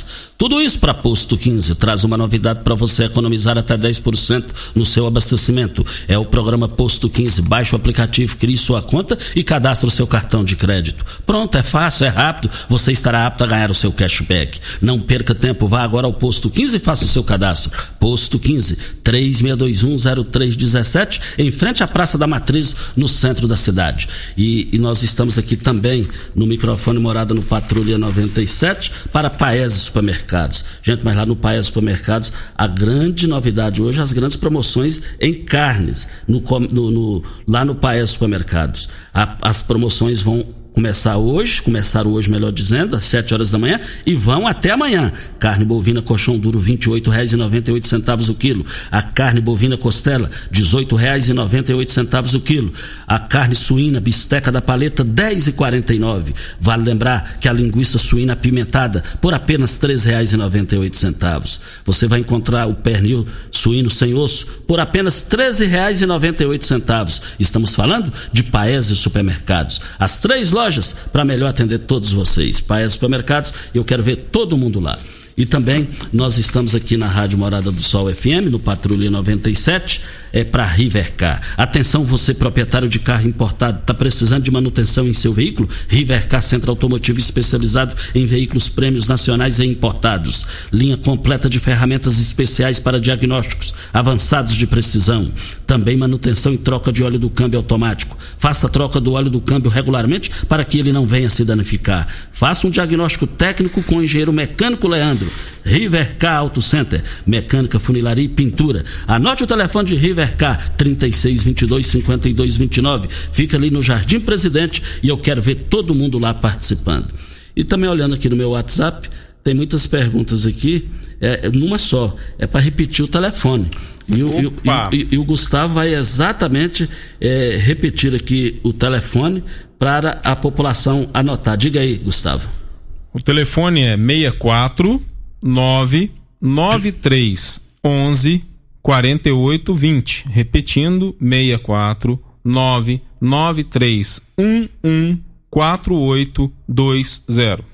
Tudo isso para Posto quinze. Traz uma novidade para você economizar até dez por cento no seu abastecimento. É o programa Posto quinze. Baixe o aplicativo, crie sua conta e cadastre o seu cartão de crédito. Pronto, é fácil, é rápido. Você estará apto a ganhar o seu cashback. Não perca tempo, vá agora ao Posto quinze e faça o seu cadastro. Posto quinze, três seis dois um, zero três um sete, em frente à Praça da Matriz, no centro da cidade. E, e nós estamos aqui também no microfone Morada no Patrulha noventa e sete para Paese Supermercados. Gente, mas lá no Paese Supermercados, a grande novidade hoje, as grandes promoções em carnes, no, no, no, lá no Paese Supermercados. A, as promoções vão começar hoje, começaram hoje, melhor dizendo, às sete horas da manhã, e vão até amanhã. Carne bovina colchão duro, vinte e oito reais e noventa e oito centavos o quilo. A carne bovina costela, dezoito reais e noventa e oito centavos o quilo. A carne suína, bisteca da paleta, dez reais e quarenta e nove centavos. Vale lembrar que a linguiça suína apimentada, por apenas três reais e noventa e oito centavos. Você vai encontrar o pernil suíno sem osso, por apenas treze reais e noventa e oito centavos. Estamos falando de Paese Supermercados. As três lojas para melhor atender todos vocês. Paese Supermercados, eu quero ver todo mundo lá. E também nós estamos aqui na Rádio Morada do Sol F M, no Patrulha noventa e sete, é para Rivercar. Atenção, você proprietário de carro importado, está precisando de manutenção em seu veículo? Rivercar, centro automotivo especializado em veículos prêmios nacionais e importados. Linha completa de ferramentas especiais para diagnósticos avançados de precisão. Também manutenção e troca de óleo do câmbio automático. Faça a troca do óleo do câmbio regularmente para que ele não venha se danificar. Faça um diagnóstico técnico com o engenheiro mecânico Leandro. Rivercar Auto Center, mecânica, funilaria e pintura. Anote o telefone de Rivercar, trinta e seis, vinte e dois, cinquenta e dois, vinte e nove. Fica ali no Jardim Presidente e eu quero ver todo mundo lá participando. E também olhando aqui no meu WhatsApp, tem muitas perguntas aqui, é, numa só, é para repetir o telefone. E o, e, e, e o Gustavo vai exatamente é, repetir aqui o telefone para a população anotar. Diga aí, Gustavo. O telefone é seis quatro nove nove três um um quatro oito dois zero. Repetindo, seis quatro nove nove três um um quatro oito dois zero.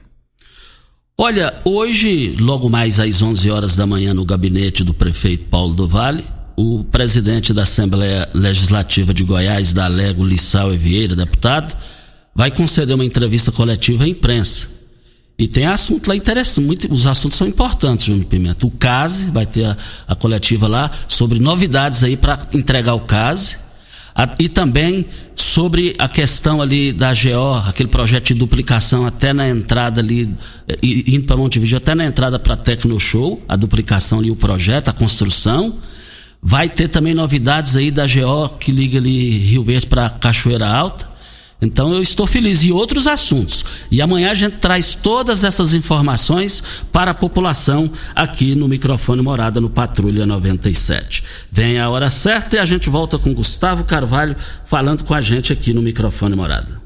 Olha, hoje, logo mais às onze horas da manhã, no gabinete do prefeito Paulo do Vale, o presidente da Assembleia Legislativa de Goiás, da Alego Lissau e Vieira, deputado, vai conceder uma entrevista coletiva à imprensa. E tem assunto lá interessante, muito, os assuntos são importantes, Júnior Pimenta. O C A S, vai ter a, a coletiva lá sobre novidades aí para entregar o C A S. A, e também sobre a questão ali da G O, aquele projeto de duplicação até na entrada ali, indo para Montevidéu, até na entrada para Tecno Show, a duplicação ali, o projeto, a construção. Vai ter também novidades aí da G O que liga ali Rio Verde para Cachoeira Alta. Então eu estou feliz. E outros assuntos. E amanhã a gente traz todas essas informações para a população aqui no microfone Morada no Patrulha noventa e sete. Vem a hora certa e a gente volta com Gustavo Carvalho falando com a gente aqui no microfone Morada.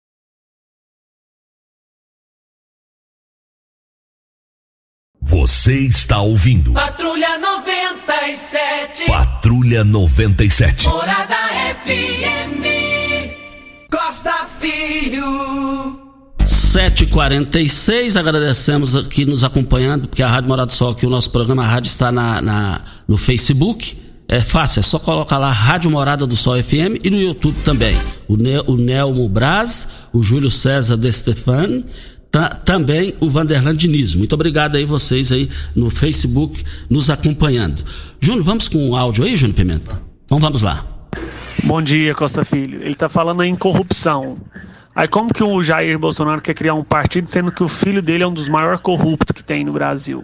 Você está ouvindo Patrulha noventa e sete. Patrulha noventa e sete. Morada F M. Costa Filho. sete e quarenta e seis, agradecemos aqui nos acompanhando, porque a Rádio Morada do Sol, aqui o nosso programa, a rádio está na, na, no Facebook. É fácil, é só colocar lá Rádio Morada do Sol F M e no YouTube também. O, ne, o Nelmo Braz, o Júlio César De Stefani, ta, também o Vanderlan Diniz. Muito obrigado aí vocês aí no Facebook nos acompanhando. Júnior, vamos com o áudio aí, Júnior Pimenta? Então vamos lá. Bom dia, Costa Filho. Ele tá falando aí em corrupção. Aí como que o Jair Bolsonaro quer criar um partido, sendo que o filho dele é um dos maiores corruptos que tem no Brasil?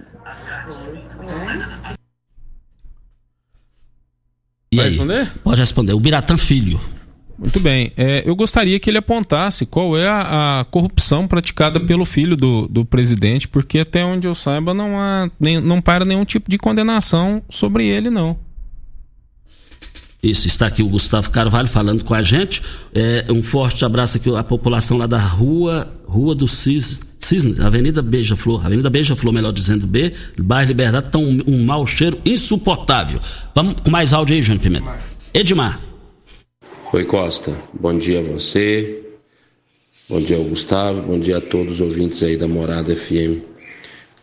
E Vai aí? responder? Pode responder. O Biratã Filho. Muito bem. É, eu gostaria que ele apontasse qual é a, a corrupção praticada pelo filho do, do presidente, porque até onde eu saiba não há nem, não para nenhum tipo de condenação sobre ele, não. Isso, está aqui o Gustavo Carvalho falando com a gente. É, um forte abraço aqui à população lá da rua, rua do Cis, Cisne, Avenida Beija-Flor, Avenida Beija-Flor, melhor dizendo, B, bairro Liberdade, está um, um mau cheiro insuportável. Vamos com mais áudio aí, Júnior Pimenta. Edmar. Oi, Costa. Bom dia a você. Bom dia ao Gustavo. Bom dia a todos os ouvintes aí da Morada F M.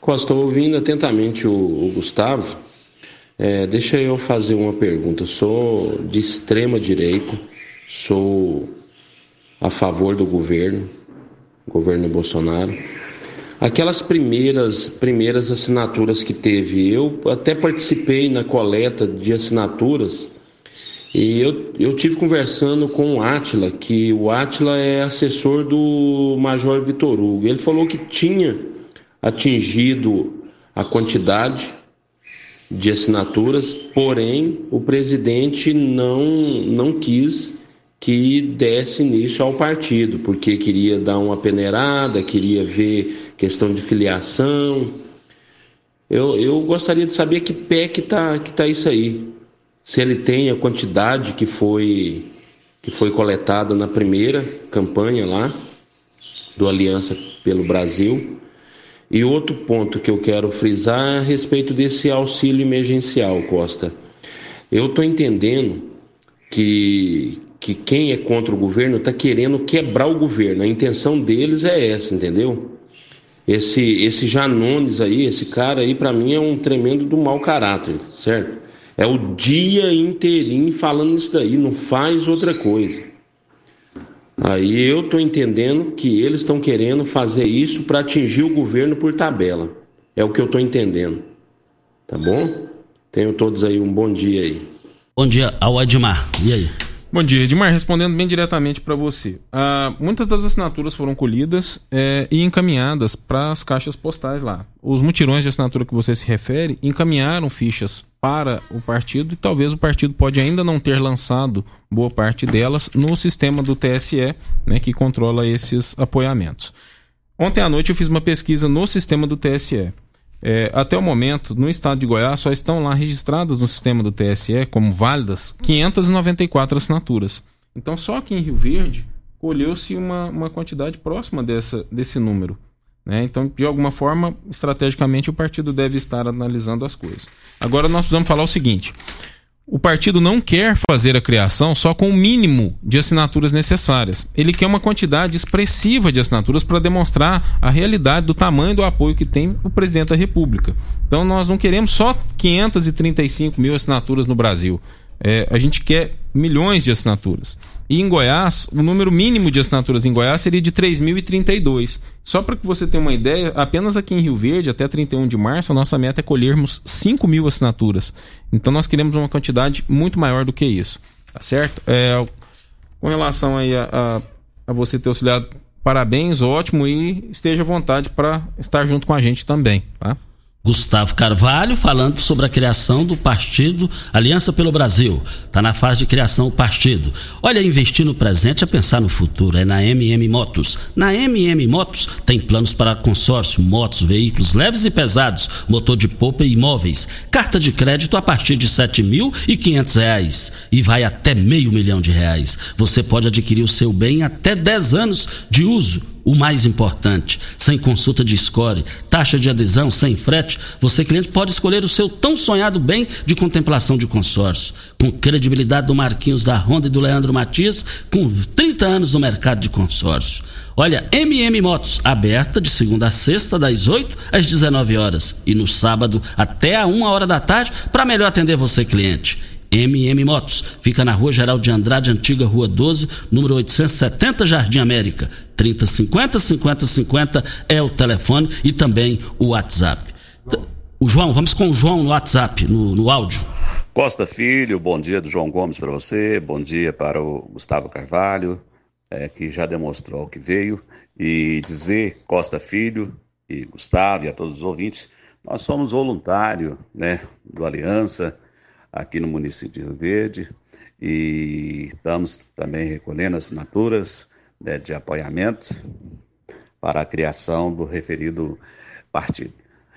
Costa, ouvindo atentamente o, o Gustavo, é, deixa eu fazer uma pergunta. Eu sou de extrema direita, sou a favor do governo, governo Bolsonaro. Aquelas primeiras, primeiras assinaturas que teve, eu até participei na coleta de assinaturas e eu, eu tive conversando com o Átila, que o Átila é assessor do Major Vitor Hugo. Ele falou que tinha atingido a quantidade de assinaturas, porém o presidente não, não quis que desse início ao partido, porque queria dar uma peneirada, queria ver questão de filiação. Eu, eu gostaria de saber que pé que tá, que tá isso aí. Se ele tem a quantidade que foi, que foi coletada na primeira campanha lá, do Aliança pelo Brasil. E outro ponto que eu quero frisar é a respeito desse auxílio emergencial, Costa. Eu estou entendendo que, que quem é contra o governo está querendo quebrar o governo. A intenção deles é essa, entendeu? Esse, esse Janones aí, esse cara aí, para mim é um tremendo do mau caráter, certo? É o dia inteirinho falando isso daí, não faz outra coisa. Aí eu estou entendendo que eles estão querendo fazer isso para atingir o governo por tabela. É o que eu estou entendendo. Tá bom? Tenham todos aí um bom dia aí. Bom dia ao Edmar. E aí? Bom dia, Edmar. Respondendo bem diretamente para você. Ah, muitas das assinaturas foram colhidas é, e encaminhadas para as caixas postais lá. Os mutirões de assinatura que você se refere encaminharam fichas para o partido e talvez o partido pode ainda não ter lançado boa parte delas no sistema do T S E, né, que controla esses apoiamentos. Ontem à noite eu fiz uma pesquisa no sistema do T S E. É, até o momento, no estado de Goiás, só estão lá registradas no sistema do T S E como válidas quinhentas e noventa e quatro assinaturas. Então, só aqui em Rio Verde, colheu-se uma, uma quantidade próxima dessa, desse número. Né? Então, de alguma forma, estrategicamente, o partido deve estar analisando as coisas. Agora, nós precisamos falar o seguinte. O partido não quer fazer a criação só com o mínimo de assinaturas necessárias. Ele quer uma quantidade expressiva de assinaturas para demonstrar a realidade do tamanho do apoio que tem o presidente da República. Então nós não queremos só quinhentas e trinta e cinco mil assinaturas no Brasil. É, a gente quer milhões de assinaturas. E em Goiás, o número mínimo de assinaturas em Goiás seria de três mil e trinta e dois. Só para que você tenha uma ideia, apenas aqui em Rio Verde, até trinta e um de março, a nossa meta é colhermos cinco mil assinaturas. Então nós queremos uma quantidade muito maior do que isso. Tá certo? É, com relação aí a, a, a você ter auxiliado, parabéns, ótimo, e esteja à vontade para estar junto com a gente também, tá? Gustavo Carvalho falando sobre a criação do partido Aliança pelo Brasil. Está na fase de criação o partido. Olha, investir no presente é pensar no futuro. É na M M Motos. Na M M Motos tem planos para consórcio, motos, veículos leves e pesados, motor de polpa e imóveis. Carta de crédito a partir de sete mil e quinhentos reais e vai até meio milhão de reais. Você pode adquirir o seu bem até dez anos de uso. O mais importante, sem consulta de score, taxa de adesão, sem frete, você, cliente, pode escolher o seu tão sonhado bem de contemplação de consórcio. Com credibilidade do Marquinhos da Honda e do Leandro Matias, com trinta anos no mercado de consórcio. Olha, M M Motos, aberta de segunda a sexta, das oito às dezenove horas. E no sábado, até a uma hora da tarde, para melhor atender você, cliente. M M Motos, fica na Rua Geraldo de Andrade, antiga Rua doze, número oitocentos e setenta, Jardim América. trinta cinquenta, cinquenta cinquenta é o telefone e também o WhatsApp. O João, vamos com o João no WhatsApp, no, no áudio. Costa Filho, bom dia do João Gomes para você, bom dia para o Gustavo Carvalho, é, que já demonstrou que veio, e dizer, Costa Filho e Gustavo e a todos os ouvintes, nós somos voluntário, né, do Aliança, aqui no município de Rio Verde, e estamos também recolhendo assinaturas, né, de apoiamento para a criação do referido partido.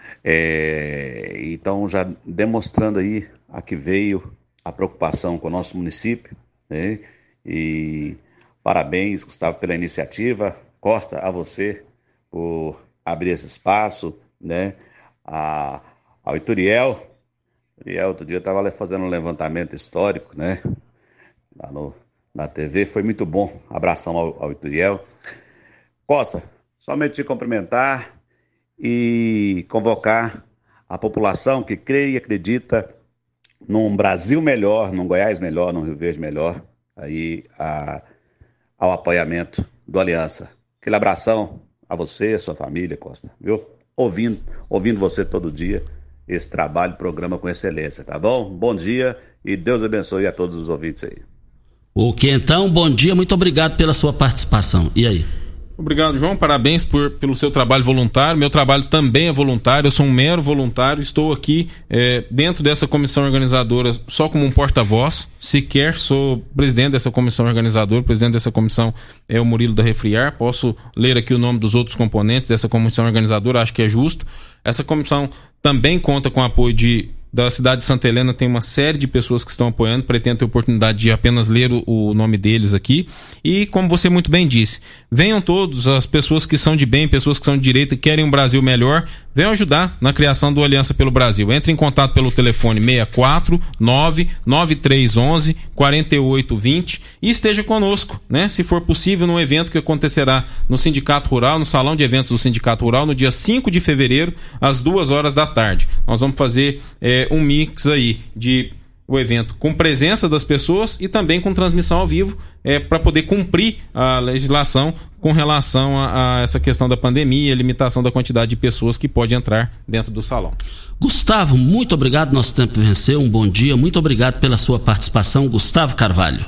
É, então, já demonstrando aí a que veio a preocupação com o nosso município, né, e parabéns, Gustavo, pela iniciativa, Costa, a você por abrir esse espaço, né, a, ao Ituriel. E outro dia eu estava fazendo um levantamento histórico, né? Lá no, na T V, foi muito bom. Abração ao, ao Ituriel. Costa, somente te cumprimentar e convocar a população que crê e acredita num Brasil melhor, num Goiás melhor, num Rio Verde melhor, aí a, ao apoiamento do Aliança. Aquele abração a você, a sua família, Costa, viu? Ouvindo, ouvindo você todo dia, esse trabalho, programa com excelência, tá bom? Bom dia e Deus abençoe a todos os ouvintes aí. Ok, então, bom dia, muito obrigado pela sua participação. E aí? Obrigado, João, parabéns por, pelo seu trabalho voluntário. Meu trabalho também é voluntário, eu sou um mero voluntário, estou aqui é, dentro dessa comissão organizadora só como um porta-voz, sequer sou presidente dessa comissão organizadora, o presidente dessa comissão é o Murilo da Refriar, posso ler aqui o nome dos outros componentes dessa comissão organizadora, acho que é justo. Essa comissão também conta com o apoio de da cidade de Santa Helena, tem uma série de pessoas que estão apoiando, pretendo ter oportunidade de apenas ler o, o nome deles aqui, e como você muito bem disse, venham todos, as pessoas que são de bem, pessoas que são de direita e querem um Brasil melhor, venham ajudar na criação do Aliança pelo Brasil. Entre em contato pelo telefone seis quatro nove nove três um um quatro oito dois zero e esteja conosco, né? Se for possível, num evento que acontecerá no Sindicato Rural, no Salão de Eventos do Sindicato Rural, no dia cinco de fevereiro, às duas horas da tarde. Nós vamos fazer é, um mix aí de o evento com presença das pessoas e também com transmissão ao vivo, é, para poder cumprir a legislação com relação a, a essa questão da pandemia e a limitação da quantidade de pessoas que pode entrar dentro do salão. Gustavo, muito obrigado, nosso tempo venceu, um bom dia, muito obrigado pela sua participação, Gustavo Carvalho.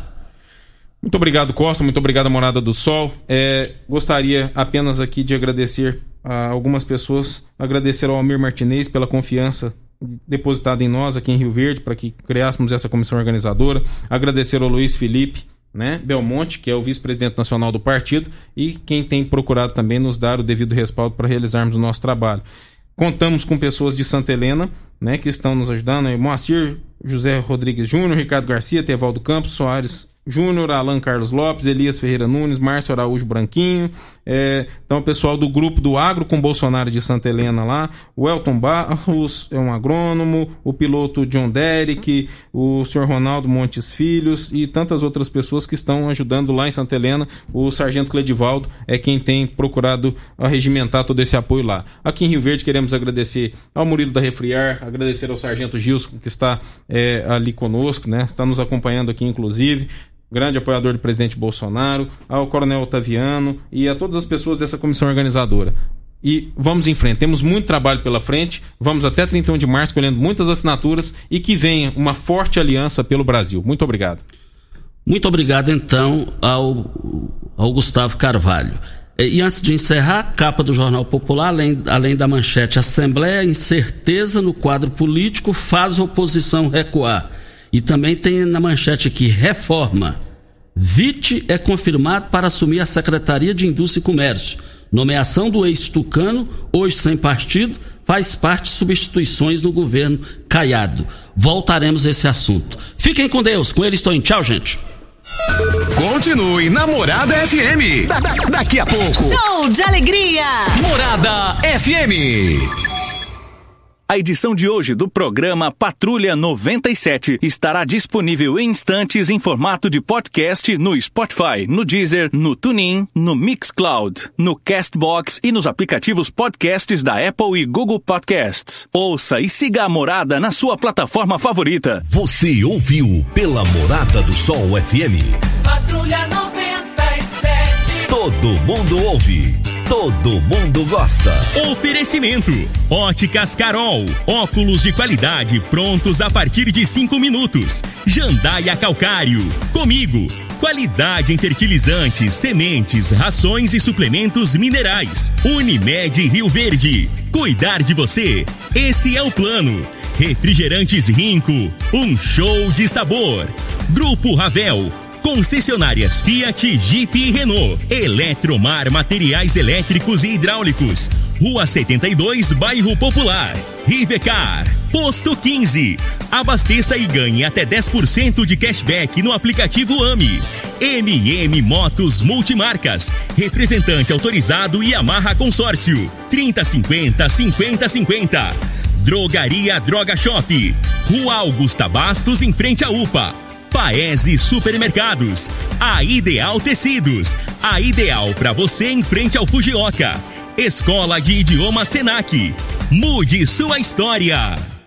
Muito obrigado, Costa, muito obrigado, Morada do Sol. É, gostaria apenas aqui de agradecer a algumas pessoas, agradecer ao Almir Martinez pela confiança depositada em nós aqui em Rio Verde para que criássemos essa comissão organizadora, agradecer ao Luiz Felipe, né, Belmonte, que é o vice-presidente nacional do partido e quem tem procurado também nos dar o devido respaldo para realizarmos o nosso trabalho. Contamos com pessoas de Santa Helena, né, que estão nos ajudando, né, Moacir José Rodrigues Júnior, Ricardo Garcia, Tevaldo Campos, Soares Júnior, Alan Carlos Lopes, Elias Ferreira Nunes, Márcio Araújo Branquinho, é, então o pessoal do grupo do Agro com Bolsonaro de Santa Helena lá, o Elton Barros é um agrônomo, o piloto John Derek, o senhor Ronaldo Montes Filhos e tantas outras pessoas que estão ajudando lá em Santa Helena. O sargento Cledivaldo é quem tem procurado arregimentar todo esse apoio lá. Aqui em Rio Verde queremos agradecer ao Murilo da Refriar, agradecer ao sargento Gilson que está é, ali conosco, né? Está nos acompanhando aqui inclusive, grande apoiador do presidente Bolsonaro, ao Coronel Otaviano e a todas as pessoas dessa comissão organizadora. E vamos em frente, temos muito trabalho pela frente, vamos até trinta e um de março colhendo muitas assinaturas e que venha uma forte aliança pelo Brasil. Muito obrigado. Muito obrigado então ao, ao Gustavo Carvalho. E antes de encerrar, a capa do Jornal Popular, além, além da manchete, Assembleia, incerteza no quadro político faz oposição recuar. E também tem na manchete aqui, reforma. Witt é confirmado para assumir a Secretaria de Indústria e Comércio. Nomeação do ex-tucano, hoje sem partido, faz parte de substituições no governo Caiado. Voltaremos a esse assunto. Fiquem com Deus, com ele estou em tchau, gente. Continue na Morada F M. Da, da, daqui a pouco. Show de alegria. Morada F M. A edição de hoje do programa Patrulha noventa e sete estará disponível em instantes em formato de podcast no Spotify, no Deezer, no TuneIn, no Mixcloud, no Castbox e nos aplicativos podcasts da Apple e Google Podcasts. Ouça e siga a Morada na sua plataforma favorita. Você ouviu pela Morada do Sol F M. Patrulha noventa e sete. Todo mundo ouve. Todo mundo gosta. Oferecimento: Óticas Carol, óculos de qualidade prontos a partir de cinco minutos. Jandaia Calcário, comigo. Qualidade em fertilizantes, sementes, rações e suplementos minerais. Unimed Rio Verde. Cuidar de você, esse é o plano. Refrigerantes Rinco, um show de sabor. Grupo Ravel. Concessionárias Fiat, Jeep e Renault. Eletromar Materiais Elétricos e Hidráulicos. Rua setenta e dois, Bairro Popular. Rivecar. Posto quinze. Abasteça e ganhe até dez por cento de cashback no aplicativo AMI. M M Motos Multimarcas. Representante autorizado Yamaha Consórcio. trinta cinquenta, cinquenta cinquenta. Drogaria Droga Shop. Rua Augusta Bastos, em frente à U P A. Paese Supermercados, a Ideal Tecidos, a ideal para você em frente ao Fujioka. Escola de Idioma Senac. Mude sua história.